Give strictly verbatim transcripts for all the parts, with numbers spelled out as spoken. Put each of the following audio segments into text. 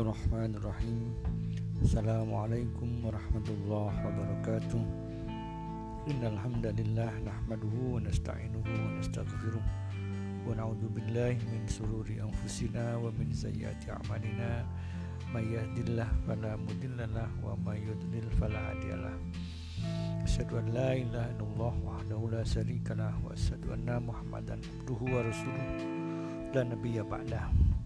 Bismillahirrahmanirrahim. Assalamualaikum warahmatullahi wabarakatuh. Innal hamdalillah nahmaduhu wa nasta'inuhu wa nastaghfiruh wa na'udzu billahi min shururi anfusina wa min sayyiati a'malina. May yahdihillahu fala mudhillalah wa may yudlil fala hadiyalah. Asyhadu an la ilaha illallah wahdahu la syarikalah wa asyhadu anna Muhammadan abduhu wa rasuluh la nabiyya ba'dah.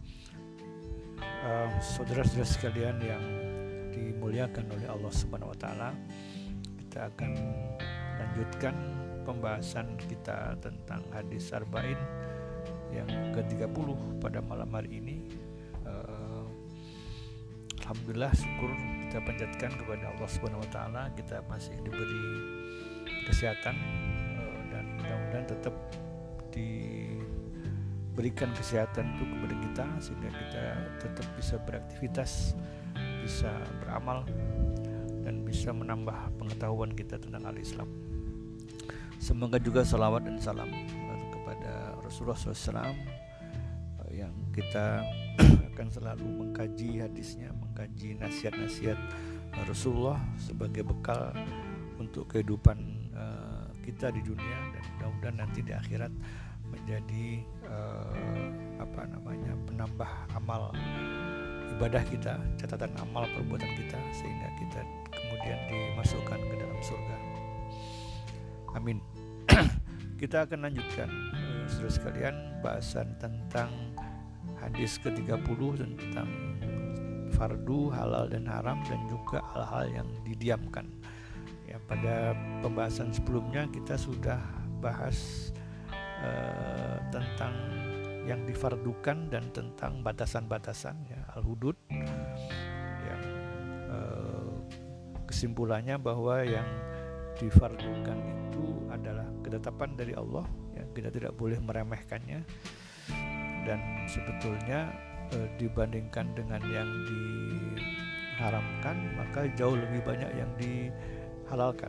Uh, saudara-saudara sekalian yang dimuliakan oleh Allah Subhanahu wa taala, kita akan lanjutkan pembahasan kita tentang hadis arba'in yang ke tiga puluh pada malam hari ini. Uh, Alhamdulillah, syukur kita panjatkan kepada Allah Subhanahu wa taala, kita masih diberi kesehatan uh, dan mudah-mudahan tetap di berikan kesehatan itu kepada kita sehingga kita tetap bisa beraktivitas, bisa beramal, dan bisa menambah pengetahuan kita tentang al-Islam. Semoga juga salawat dan salam kepada Rasulullah shallallahu alaihi wasallam yang kita akan selalu mengkaji hadisnya, mengkaji nasihat-nasihat Rasulullah sebagai bekal untuk kehidupan uh, kita di dunia, dan mudah-mudahan nanti di akhirat menjadi uh, apa namanya penambah amal ibadah kita, catatan amal perbuatan kita, sehingga kita kemudian dimasukkan ke dalam surga. Amin. Kita akan lanjutkan uh, saudara sekalian bahasan tentang hadis ke tiga puluh tentang fardu, halal dan haram, dan juga hal-hal yang didiamkan. Ya, pada pembahasan sebelumnya kita sudah bahas Uh, tentang yang difardukan dan tentang batasan-batasan, ya, al-hudud, yang uh, kesimpulannya bahwa yang difardukan itu adalah ketetapan dari Allah, ya, kita tidak boleh meremehkannya, dan sebetulnya uh, dibandingkan dengan yang diharamkan maka jauh lebih banyak yang dihalalkan.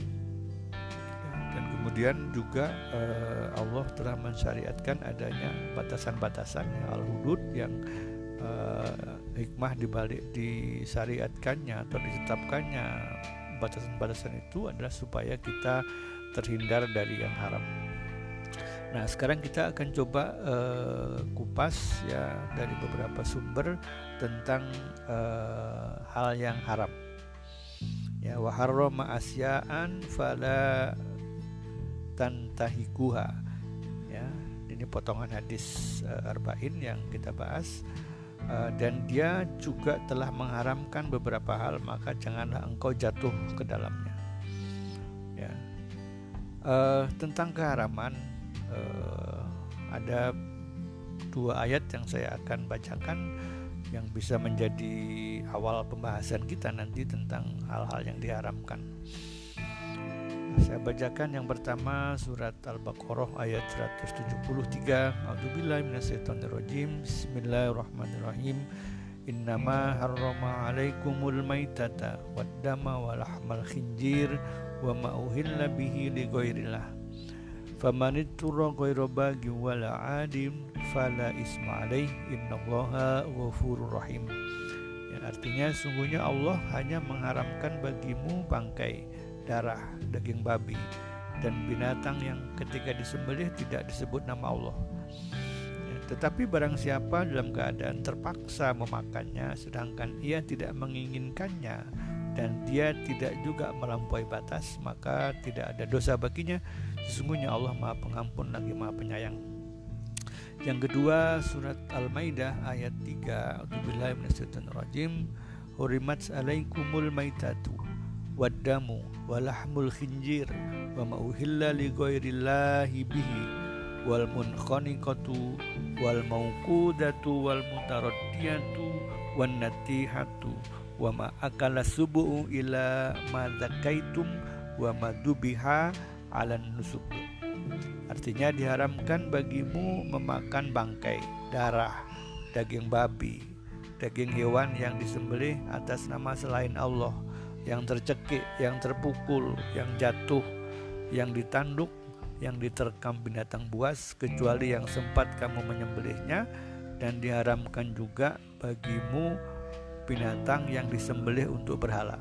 Dan kemudian juga uh, Allah telah mensyariatkan adanya batasan-batasan, al-hudud, yang uh, hikmah dibalik disyariatkannya atau ditetapkannya batasan-batasan itu adalah supaya kita terhindar dari yang haram. Nah, sekarang kita akan coba uh, kupas, ya, dari beberapa sumber tentang uh, hal yang haram. Ya, wa harrama asya'an fala tantahikuha. Ya, ini potongan hadis uh, arba'in yang kita bahas, uh, dan dia juga telah mengharamkan beberapa hal, maka janganlah engkau jatuh ke dalamnya. Ya, uh, tentang keharaman uh, ada dua ayat yang saya akan bacakan yang bisa menjadi awal pembahasan kita nanti tentang hal-hal yang diharamkan. Saya bacakan yang pertama, surat Al-Baqarah ayat seratus tujuh puluh tiga. A'udzubillahi minasyaitonirrajim. Bismillahirrahmanirrahim. Innama harrama 'alaikumul maitata waddama wa lahmal khinjir wa ma uhilla bihi li ghairillah. Faman ittara ghaira baghin wala 'adin fala isma 'alaihi innallaha ghafurur rahim. Ya, artinya sungguhnya Allah hanya mengharamkan bagimu bangkai, darah, daging babi, dan binatang yang ketika disembelih tidak disebut nama Allah. Ya, tetapi barang siapa dalam keadaan terpaksa memakannya sedangkan ia tidak menginginkannya dan dia tidak juga melampaui batas, maka tidak ada dosa baginya. Sesungguhnya Allah Maha Pengampun lagi Maha Penyayang. Yang kedua, surat Al-Maidah ayat tiga. A'udzubillahi minasyaitonirrajim. Hurimat 'alaikumul maitatu waddamu walahmul khinjir wa ma uhilla li ghairillahi bihi wal munkhaniqatu wal mauqudatu wal mutaraddiyatu wan natihatu wa ma akala subu'u ila ma zakaitum wa ma dubiha 'alan nusuk. Artinya diharamkan bagimu memakan bangkai, darah, daging babi, daging hewan yang disembelih atas nama selain Allah, yang tercekik, yang terpukul, yang jatuh, yang ditanduk, yang diterkam binatang buas, kecuali yang sempat kamu menyembelihnya, dan diharamkan juga bagimu binatang yang disembelih untuk berhala.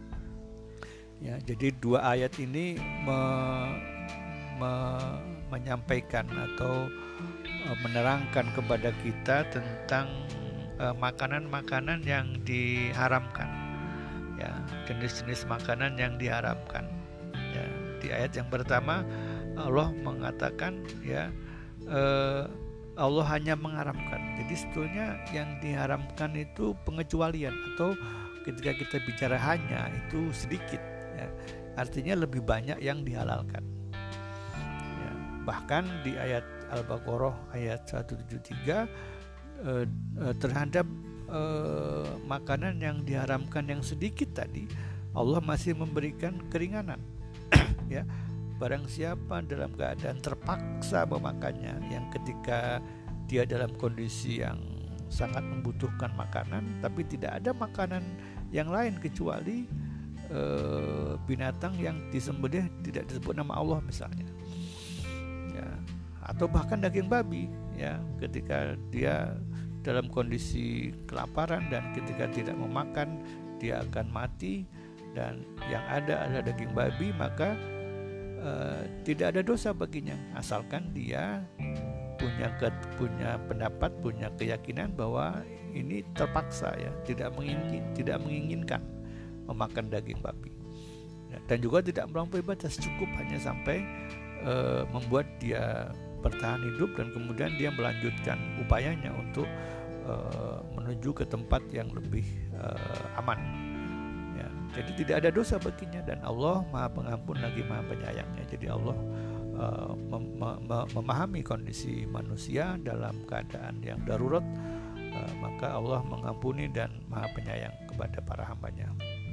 Ya, jadi dua ayat ini me, me, menyampaikan atau e, menerangkan kepada kita tentang e, makanan-makanan yang diharamkan, ya, jenis-jenis makanan yang diharamkan. Ya, di ayat yang pertama Allah mengatakan, ya, e, Allah hanya mengharamkan. Jadi sebetulnya yang diharamkan itu pengecualian, atau ketika kita bicara hanya itu sedikit. Ya, artinya lebih banyak yang dihalalkan. Ya, bahkan di ayat Al-Baqarah ayat seratus tujuh puluh tiga eh, eh, terhadap eh, makanan yang diharamkan yang sedikit tadi, Allah masih memberikan keringanan. Ya, barang siapa dalam keadaan terpaksa memakannya, yang ketika dia dalam kondisi yang sangat membutuhkan makanan, tapi tidak ada makanan yang lain kecuali E, binatang yang disembelih tidak disebut nama Allah misalnya, ya, atau bahkan daging babi, ya, ketika dia dalam kondisi kelaparan dan ketika tidak memakan dia akan mati, dan yang ada adalah daging babi, maka e, tidak ada dosa baginya, asalkan dia punya ke, punya pendapat, punya keyakinan bahwa ini terpaksa, ya, tidak mengingin, tidak menginginkan memakan daging babi, ya, dan juga tidak melampaui batas, cukup hanya sampai e, membuat dia bertahan hidup, dan kemudian dia melanjutkan upayanya untuk e, menuju ke tempat yang lebih e, aman, ya. Jadi tidak ada dosa baginya, dan Allah Maha Pengampun lagi Maha Penyayangnya. Jadi Allah e, mem- mem- memahami kondisi manusia dalam keadaan yang darurat, e, maka Allah mengampuni dan Maha Penyayang kepada para hambanya.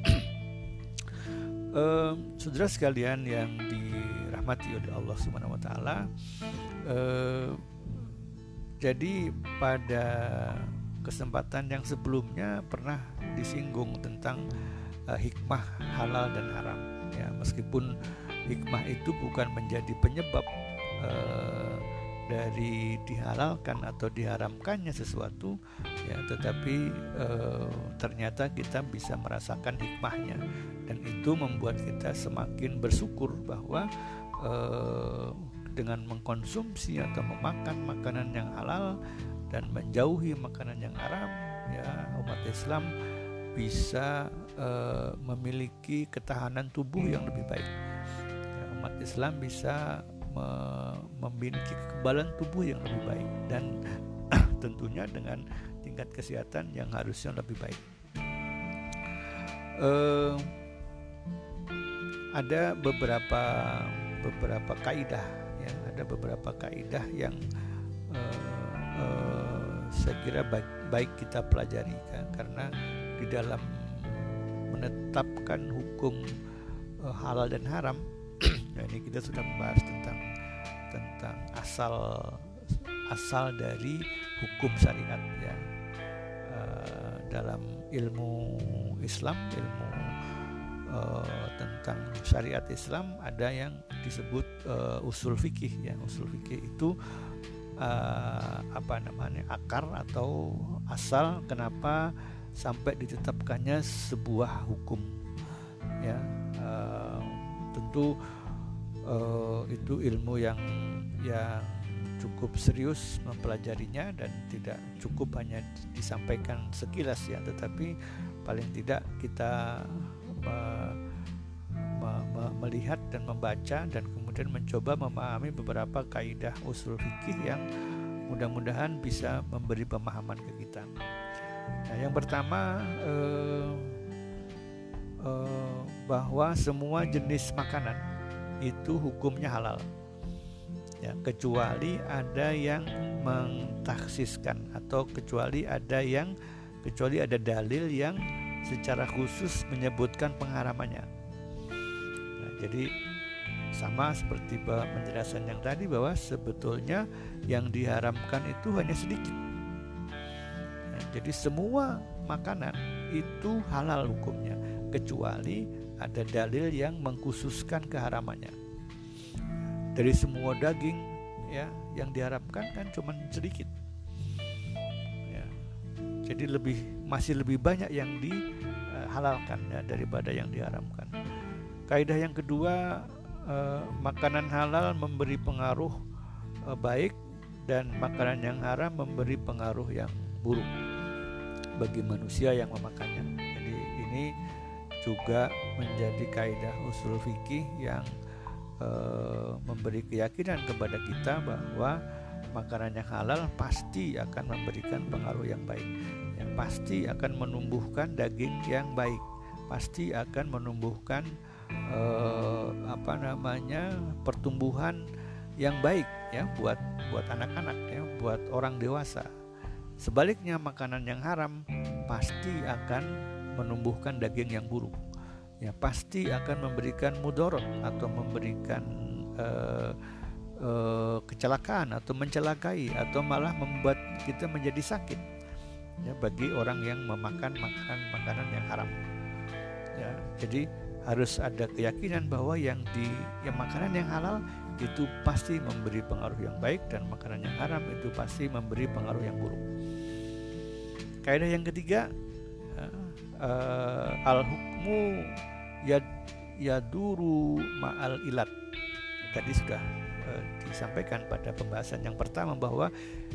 Uh, saudara sekalian yang dirahmati oleh Allah Subhanahu wa taala, uh, jadi pada kesempatan yang sebelumnya pernah disinggung tentang uh, hikmah halal dan haram, ya, meskipun hikmah itu bukan menjadi penyebab uh, dari dihalalkan atau diharamkannya sesuatu, ya, tetapi e, ternyata kita bisa merasakan hikmahnya, dan itu membuat kita semakin bersyukur bahwa e, dengan mengkonsumsi atau memakan makanan yang halal dan menjauhi makanan yang haram, ya, umat Islam bisa e, memiliki ketahanan tubuh yang lebih baik, ya, umat Islam bisa memiliki kekebalan tubuh yang lebih baik, dan tentunya dengan tingkat kesehatan yang harusnya lebih baik. Uh, ada beberapa beberapa kaidah, ya, ada beberapa kaidah yang uh, uh, saya kira baik, baik kita pelajari, kan? Karena di dalam menetapkan hukum uh, halal dan haram, nah, ini kita sudah membahas tentang tentang asal asal dari hukum syariat, ya, uh, dalam ilmu Islam, ilmu uh, tentang syariat Islam ada yang disebut uh, usul fikih, ya. Usul fikih itu uh, apa namanya akar atau asal kenapa sampai ditetapkannya sebuah hukum, ya. Uh, tentu Uh, itu ilmu yang yang cukup serius mempelajarinya, dan tidak cukup hanya disampaikan sekilas, ya, tetapi paling tidak kita me, me, me, melihat dan membaca dan kemudian mencoba memahami beberapa kaidah usul fikih yang mudah-mudahan bisa memberi pemahaman ke kita. Nah, yang pertama uh, uh, bahwa semua jenis makanan itu hukumnya halal, ya, kecuali ada yang mentaksiskan, atau kecuali ada yang kecuali ada dalil yang secara khusus menyebutkan pengharamannya. Nah, jadi sama seperti penjelasan yang tadi, bahwa sebetulnya yang diharamkan itu hanya sedikit. Nah, jadi semua makanan itu halal hukumnya, kecuali ada dalil yang mengkhususkan keharamannya. Dari semua daging, ya, yang diharamkan kan cuma sedikit, ya. Jadi lebih masih lebih banyak yang dihalalkan ya, daripada yang diharamkan. Kaidah yang kedua, eh, makanan halal memberi pengaruh eh, baik, dan makanan yang haram memberi pengaruh yang buruk bagi manusia yang memakannya. Jadi ini juga menjadi kaidah usul fikih yang eh, memberi keyakinan kepada kita bahwa makanan yang halal pasti akan memberikan pengaruh yang baik, yang pasti akan menumbuhkan daging yang baik, pasti akan menumbuhkan eh, apa namanya pertumbuhan yang baik ya buat buat anak-anak ya, buat orang dewasa. Sebaliknya makanan yang haram pasti akan menumbuhkan daging yang buruk, ya pasti akan memberikan mudorot atau memberikan eh, Uh, kecelakaan atau mencelakai atau malah membuat kita menjadi sakit ya bagi orang yang memakan makanan-makanan yang haram ya. Jadi harus ada keyakinan bahwa yang di yang makanan yang halal itu pasti memberi pengaruh yang baik, dan makanan yang haram itu pasti memberi pengaruh yang buruk. Kaidah yang ketiga, uh, uh, al hukmu yad, yaduru ma'al ilat. Tadi sudah disampaikan pada pembahasan yang pertama bahwa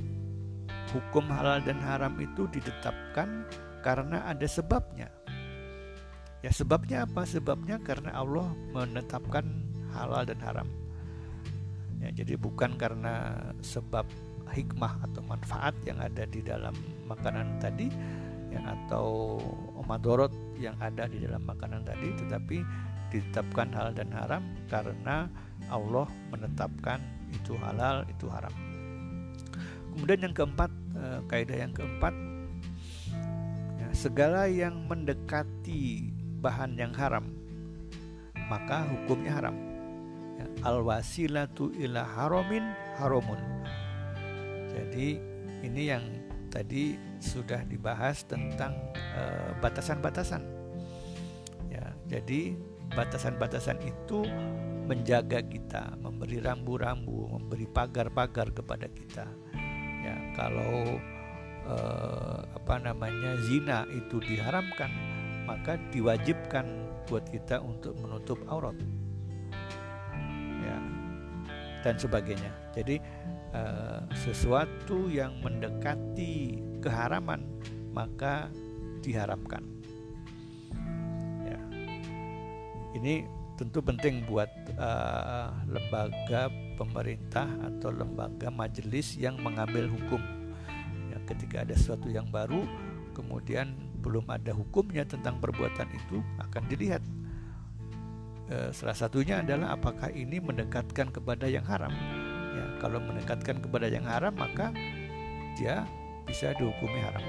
hukum halal dan haram itu ditetapkan karena ada sebabnya. Ya, sebabnya apa? Sebabnya karena Allah menetapkan halal dan haram. Ya, jadi bukan karena sebab hikmah atau manfaat yang ada di dalam makanan tadi ya, atau madorot yang ada di dalam makanan tadi, tetapi ditetapkan halal dan haram karena Allah menetapkan itu halal, itu haram. Kemudian yang keempat, eh, kaidah yang keempat, ya, segala yang mendekati bahan yang haram maka hukumnya haram. Ya, al wasilatu ila haramin haramun. Jadi ini yang tadi sudah dibahas tentang eh, batasan-batasan. Ya, jadi batasan-batasan itu menjaga kita, memberi rambu-rambu, memberi pagar-pagar kepada kita. Ya, kalau eh, apa namanya zina itu diharamkan, maka diwajibkan buat kita untuk menutup aurat, ya, dan sebagainya. Jadi eh, sesuatu yang mendekati keharaman maka diharamkan. Ya, ini tentu penting buat uh, lembaga pemerintah atau lembaga majelis yang mengambil hukum. Ya, ketika ada sesuatu yang baru, kemudian belum ada hukumnya tentang perbuatan itu, akan dilihat. E, salah satunya adalah apakah ini mendekatkan kepada yang haram. Ya, kalau mendekatkan kepada yang haram, maka dia bisa dihukumi haram.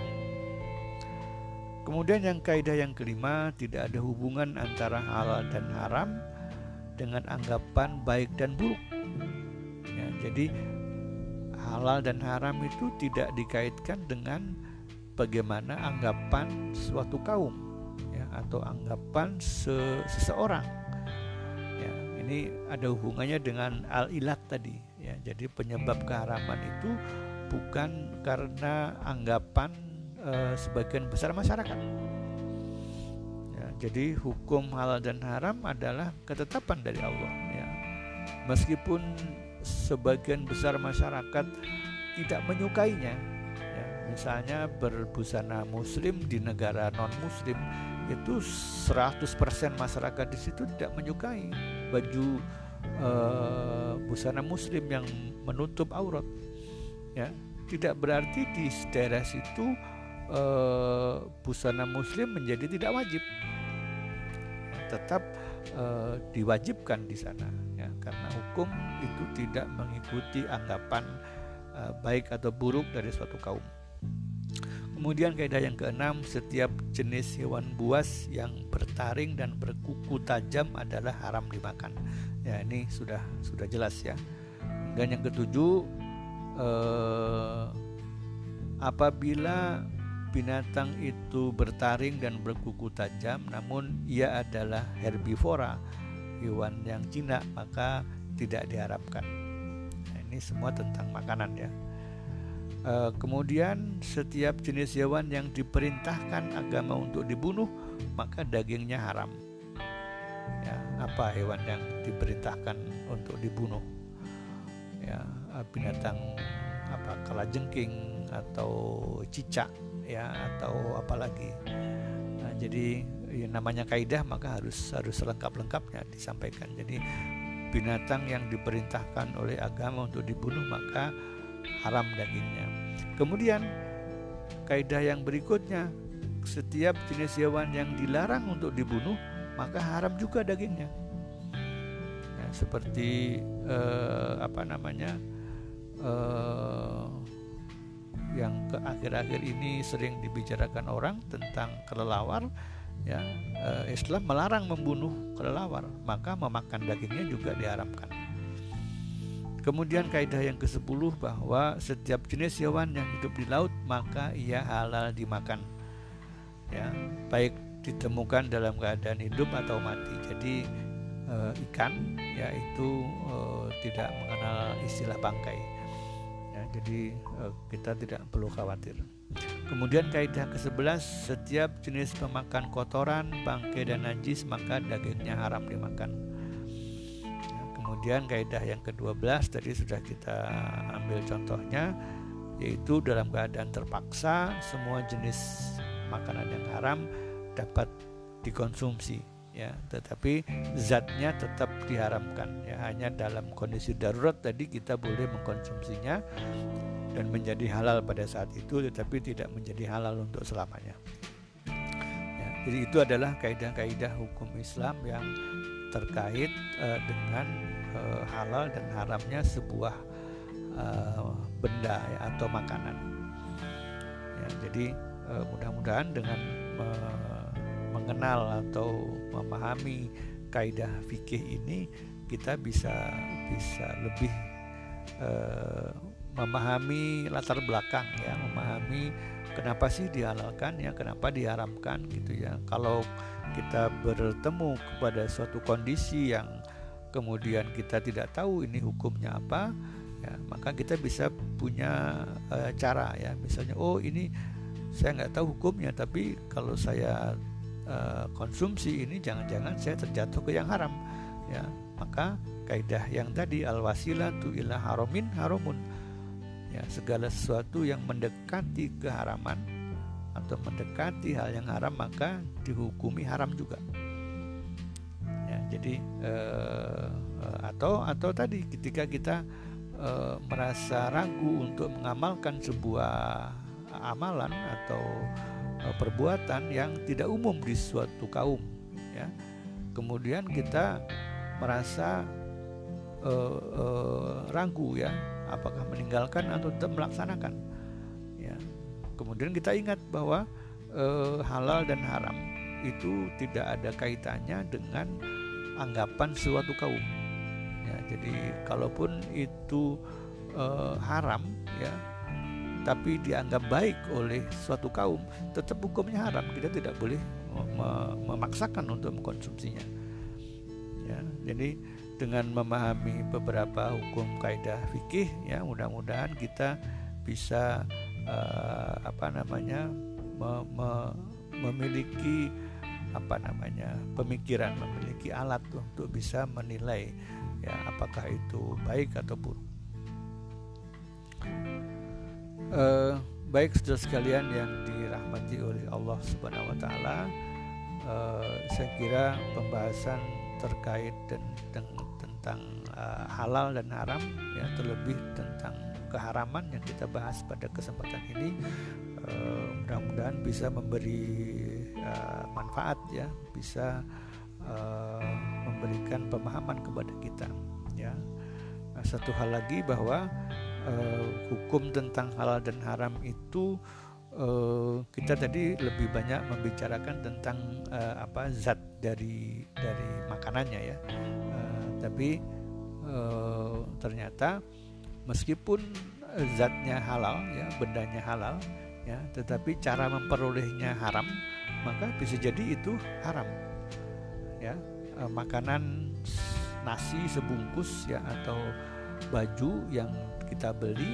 Kemudian yang kaidah yang kelima, tidak ada hubungan antara halal dan haram dengan anggapan baik dan buruk. Ya, jadi halal dan haram itu tidak dikaitkan dengan bagaimana anggapan suatu kaum ya, atau anggapan se- seseorang. Ya, ini ada hubungannya dengan al-ilat tadi. Ya, jadi penyebab keharaman itu bukan karena anggapan Uh, sebagian besar masyarakat. Ya, jadi hukum halal dan haram adalah ketetapan dari Allah. Ya. Meskipun sebagian besar masyarakat tidak menyukainya, ya, misalnya berbusana muslim di negara non muslim, itu seratus persen masyarakat di situ tidak menyukai baju uh, busana muslim yang menutup aurat. Ya, tidak berarti di daerah situ Uh, busana muslim menjadi tidak wajib, tetap uh, diwajibkan di sana ya, karena hukum itu tidak mengikuti anggapan uh, baik atau buruk dari suatu kaum. Kemudian kaidah yang keenam, setiap jenis hewan buas yang bertaring dan berkuku tajam adalah haram dimakan. Ya, ini sudah sudah jelas ya. Dan yang ketujuh, uh, apabila binatang itu bertaring dan berkuku tajam namun ia adalah herbivora, hewan yang jinak, maka tidak diharapkan. Nah, ini semua tentang makanan ya. Uh, kemudian setiap jenis hewan yang diperintahkan agama untuk dibunuh maka dagingnya haram. Ya, apa hewan yang diperintahkan untuk dibunuh? Ya, binatang apa kalajengking atau cicak ya atau apalagi. Nah, jadi ya, namanya kaidah maka harus harus lengkap-lengkapnya disampaikan. Jadi binatang yang diperintahkan oleh agama untuk dibunuh maka haram dagingnya. Kemudian kaidah yang berikutnya, setiap jenis hewan yang dilarang untuk dibunuh maka haram juga dagingnya. Nah, seperti eh, apa namanya eh, yang ke akhir-akhir ini sering dibicarakan orang tentang kelelawar, ya eh, Islam melarang membunuh kelelawar, maka memakan dagingnya juga diharamkan. Kemudian kaidah yang kesepuluh bahwa setiap jenis hewan yang hidup di laut maka ia halal dimakan, ya baik ditemukan dalam keadaan hidup atau mati. Jadi e, ikan yaitu e, tidak mengenal istilah bangkai, ya, jadi e, kita tidak perlu khawatir. Kemudian kaidah kesebelas, setiap jenis pemakan kotoran, bangkai dan najis maka dagingnya haram dimakan. Kemudian kaidah yang kedua belas tadi sudah kita ambil contohnya, yaitu dalam keadaan terpaksa semua jenis makanan yang haram dapat dikonsumsi, ya, tetapi zatnya tetap diharamkan, ya, hanya dalam kondisi darurat tadi kita boleh mengkonsumsinya dan menjadi halal pada saat itu, tetapi tidak menjadi halal untuk selamanya. Ya, jadi itu adalah kaidah-kaidah hukum Islam yang terkait uh, dengan uh, halal dan haramnya sebuah uh, benda ya, atau makanan. Ya, jadi uh, mudah-mudahan dengan uh, mengenal atau memahami kaidah fikih ini kita bisa bisa lebih uh, memahami latar belakang, ya, memahami kenapa sih dihalalkan, ya, kenapa diharamkan gitu ya. Kalau kita bertemu kepada suatu kondisi yang kemudian kita tidak tahu ini hukumnya apa, ya, maka kita bisa punya uh, cara, ya, misalnya oh ini saya nggak tahu hukumnya, tapi kalau saya uh, konsumsi ini jangan-jangan saya terjatuh ke yang haram, ya, maka kaidah yang tadi al-wasilatu ila haramin haramun, ya, segala sesuatu yang mendekati keharaman atau mendekati hal yang haram maka dihukumi haram juga, ya, jadi eh, atau atau tadi ketika kita eh, merasa ragu untuk mengamalkan sebuah amalan atau eh, perbuatan yang tidak umum di suatu kaum, ya, kemudian kita merasa eh, eh, ragu, ya, apakah meninggalkan atau tetap melaksanakan, ya. Kemudian kita ingat bahwa e, halal dan haram itu tidak ada kaitannya dengan anggapan suatu kaum, ya. Jadi kalaupun itu e, haram, ya, tapi dianggap baik oleh suatu kaum, tetap hukumnya haram. Kita tidak boleh mem- memaksakan untuk mengkonsumsinya, ya. Jadi dengan memahami beberapa hukum kaidah fikih, ya, mudah-mudahan kita bisa uh, apa namanya me- me- memiliki apa namanya pemikiran, memiliki alat untuk bisa menilai, ya, apakah itu baik atau buruk. Uh, baik saudara sekalian yang dirahmati oleh Allah Subhanahu Wa Taala, uh, saya kira pembahasan terkait dan, dan tentang uh, halal dan haram, ya, terlebih tentang keharaman yang kita bahas pada kesempatan ini, uh, mudah-mudahan bisa memberi uh, manfaat, ya, bisa uh, memberikan pemahaman kepada kita, ya. Nah, satu hal lagi bahwa uh, hukum tentang halal dan haram itu uh, kita tadi lebih banyak membicarakan tentang uh, apa zat dari dari makanannya, ya, uh, tapi uh, ternyata meskipun zatnya halal, ya, bendanya halal, ya, tetapi cara memperolehnya haram, maka bisa jadi itu haram, ya. E, makanan nasi sebungkus, ya, atau baju yang kita beli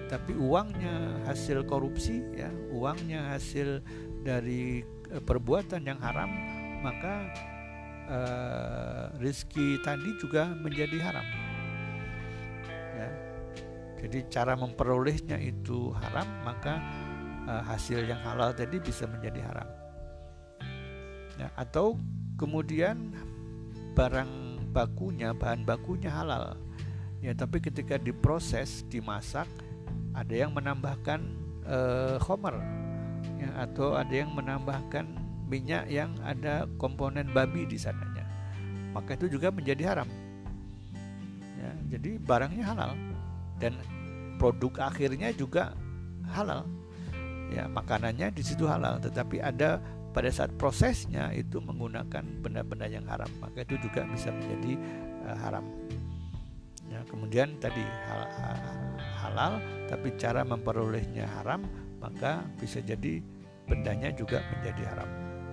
tapi uangnya hasil korupsi, ya, uangnya hasil dari uh, perbuatan yang haram, maka uh, rezeki tadi juga menjadi haram. Ya. Jadi cara memperolehnya itu haram, maka uh, hasil yang halal tadi bisa menjadi haram. Ya, atau kemudian barang bakunya, bahan bakunya halal, ya, tapi ketika diproses, dimasak, ada yang menambahkan uh, khamar, ya, atau ada yang menambahkan minyak yang ada komponen babi di sananya, maka itu juga menjadi haram. Ya, jadi barangnya halal dan produk akhirnya juga halal, ya, makanannya di situ halal, tetapi ada pada saat prosesnya itu menggunakan benda-benda yang haram, maka itu juga bisa menjadi uh, haram. Ya, kemudian tadi hal, halal, tapi cara memperolehnya haram, maka bisa jadi bendanya juga menjadi haram.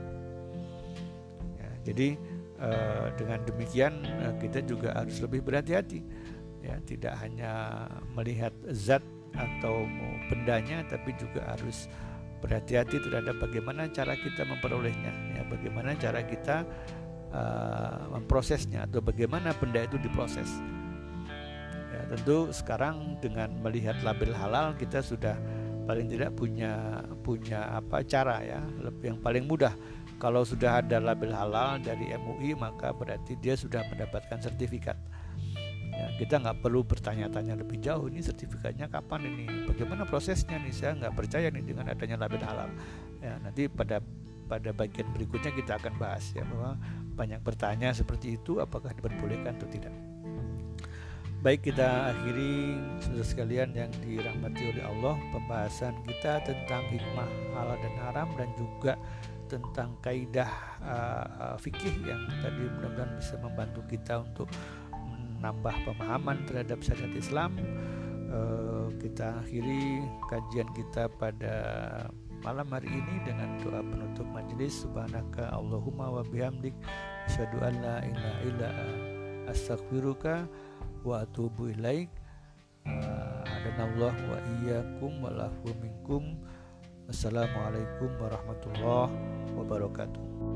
Ya, jadi uh, dengan demikian uh, kita juga harus lebih berhati-hati. Ya, tidak hanya melihat zat atau bendanya, tapi juga harus berhati-hati terhadap bagaimana cara kita memperolehnya, ya, bagaimana cara kita uh, memprosesnya, atau bagaimana benda itu diproses. Ya, tentu sekarang dengan melihat label halal kita sudah paling tidak punya punya apa cara, ya, yang paling mudah. Kalau sudah ada label halal dari M U I, maka berarti dia sudah mendapatkan sertifikat. Ya, kita nggak perlu bertanya-tanya lebih jauh, ini sertifikatnya kapan, ini bagaimana prosesnya nih, saya nggak percaya nih dengan adanya label halal. Ya, nanti pada pada bagian berikutnya kita akan bahas, ya, bahwa banyak bertanya seperti itu, apakah diperbolehkan atau tidak. Baik, kita akhiri saudara sekalian yang dirahmati oleh Allah, pembahasan kita tentang hikmah halal dan haram, dan juga tentang kaidah uh, fikih yang tadi mudah-mudahan bisa membantu kita untuk menambah pemahaman terhadap syariat Islam. Uh, kita akhiri kajian kita pada malam hari ini dengan doa penutup majelis. Subhanaka Allahumma wa bihamdik, asyhadu an la ilaha illa anta, astaghfiruka wa atubu ilaik. Uh, hadanallahu wa iyyakum wa lahu minkum. Assalamualaikum warahmatullahi wabarakatuh.